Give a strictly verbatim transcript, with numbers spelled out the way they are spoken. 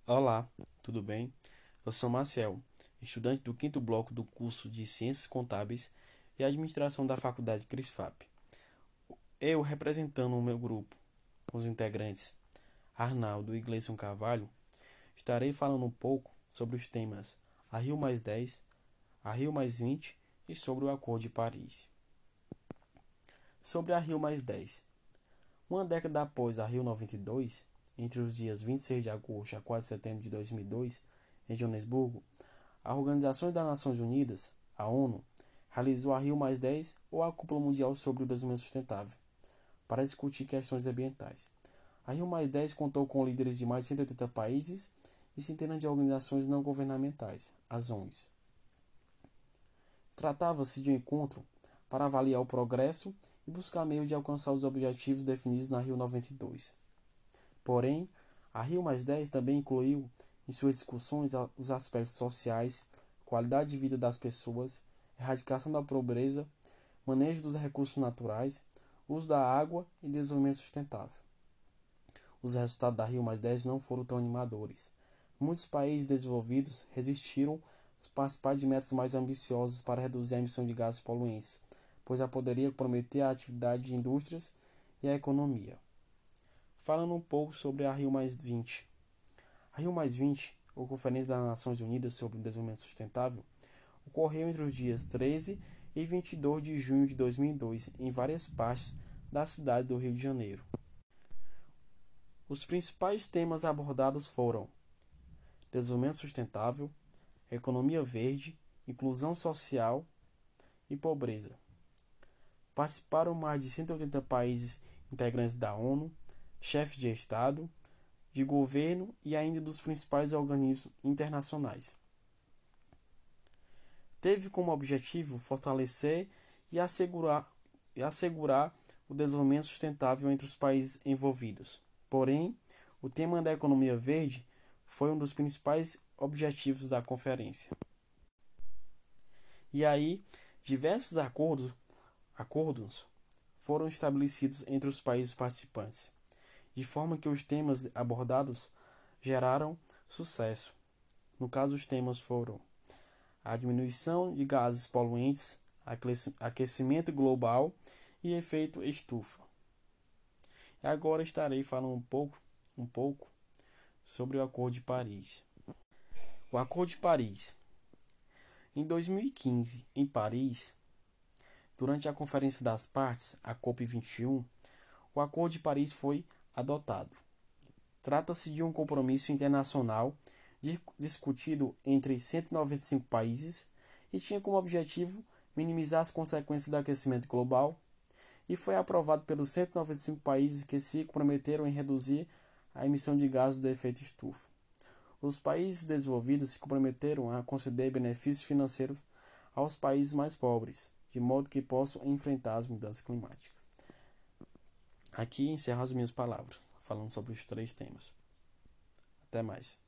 Olá, tudo bem? Eu sou Marcel, estudante do quinto bloco do curso de Ciências Contábeis e Administração da Faculdade CRISFAP. Eu, representando o meu grupo, com os integrantes Arnaldo e Gleison Carvalho, estarei falando um pouco sobre os temas a Rio mais dez, a Rio mais vinte e sobre o Acordo de Paris. Sobre a Rio mais dez. Uma década após a Rio noventa e dois, entre os dias vinte e seis de agosto a quatro de setembro de dois mil e dois, em Joanesburgo, a Organização das Nações Unidas, a ONU, realizou a Rio mais dez, ou a Cúpula Mundial sobre o Desenvolvimento Sustentável, para discutir questões ambientais. A Rio mais dez contou com líderes de mais de cento e oitenta países e centenas de organizações não governamentais, as O N Gs. Tratava-se de um encontro para avaliar o progresso e buscar meios de alcançar os objetivos definidos na Rio noventa e dois. Porém, a Rio mais dez também incluiu em suas discussões os aspectos sociais, qualidade de vida das pessoas, erradicação da pobreza, manejo dos recursos naturais, uso da água e desenvolvimento sustentável. Os resultados da Rio mais dez não foram tão animadores. Muitos países desenvolvidos resistiram a participar de metas mais ambiciosas para reduzir a emissão de gases poluentes, pois já poderia comprometer a atividade de indústrias e a economia. Falando um pouco sobre a Rio mais vinte. A Rio mais vinte, ou Conferência das Nações Unidas sobre o Desenvolvimento Sustentável, ocorreu entre os dias treze e vinte e dois de junho de dois mil e dois em várias partes da cidade do Rio de Janeiro. Os principais temas abordados foram desenvolvimento sustentável, economia verde, inclusão social e pobreza. Participaram mais de cento e oitenta países integrantes da ONU, chefes de Estado, de governo e ainda dos principais organismos internacionais. Teve como objetivo fortalecer e assegurar, e assegurar o desenvolvimento sustentável entre os países envolvidos. Porém, o tema da economia verde foi um dos principais objetivos da conferência. E aí, diversos acordos, acordos foram estabelecidos entre os países participantes, de forma que os temas abordados geraram sucesso. No caso, os temas foram a diminuição de gases poluentes, aquecimento global e efeito estufa. E agora estarei falando um pouco, um pouco sobre o Acordo de Paris. O Acordo de Paris. Em dois mil e quinze, em Paris, durante a Conferência das Partes, a COP vinte e um, o Acordo de Paris foi adotado. Trata-se de um compromisso internacional discutido entre cento e noventa e cinco países e tinha como objetivo minimizar as consequências do aquecimento global, e foi aprovado pelos cento e noventa e cinco países que se comprometeram em reduzir a emissão de gases do efeito estufa. Os países desenvolvidos se comprometeram a conceder benefícios financeiros aos países mais pobres, de modo que possam enfrentar as mudanças climáticas. Aqui encerro as minhas palavras, falando sobre os três temas. Até mais.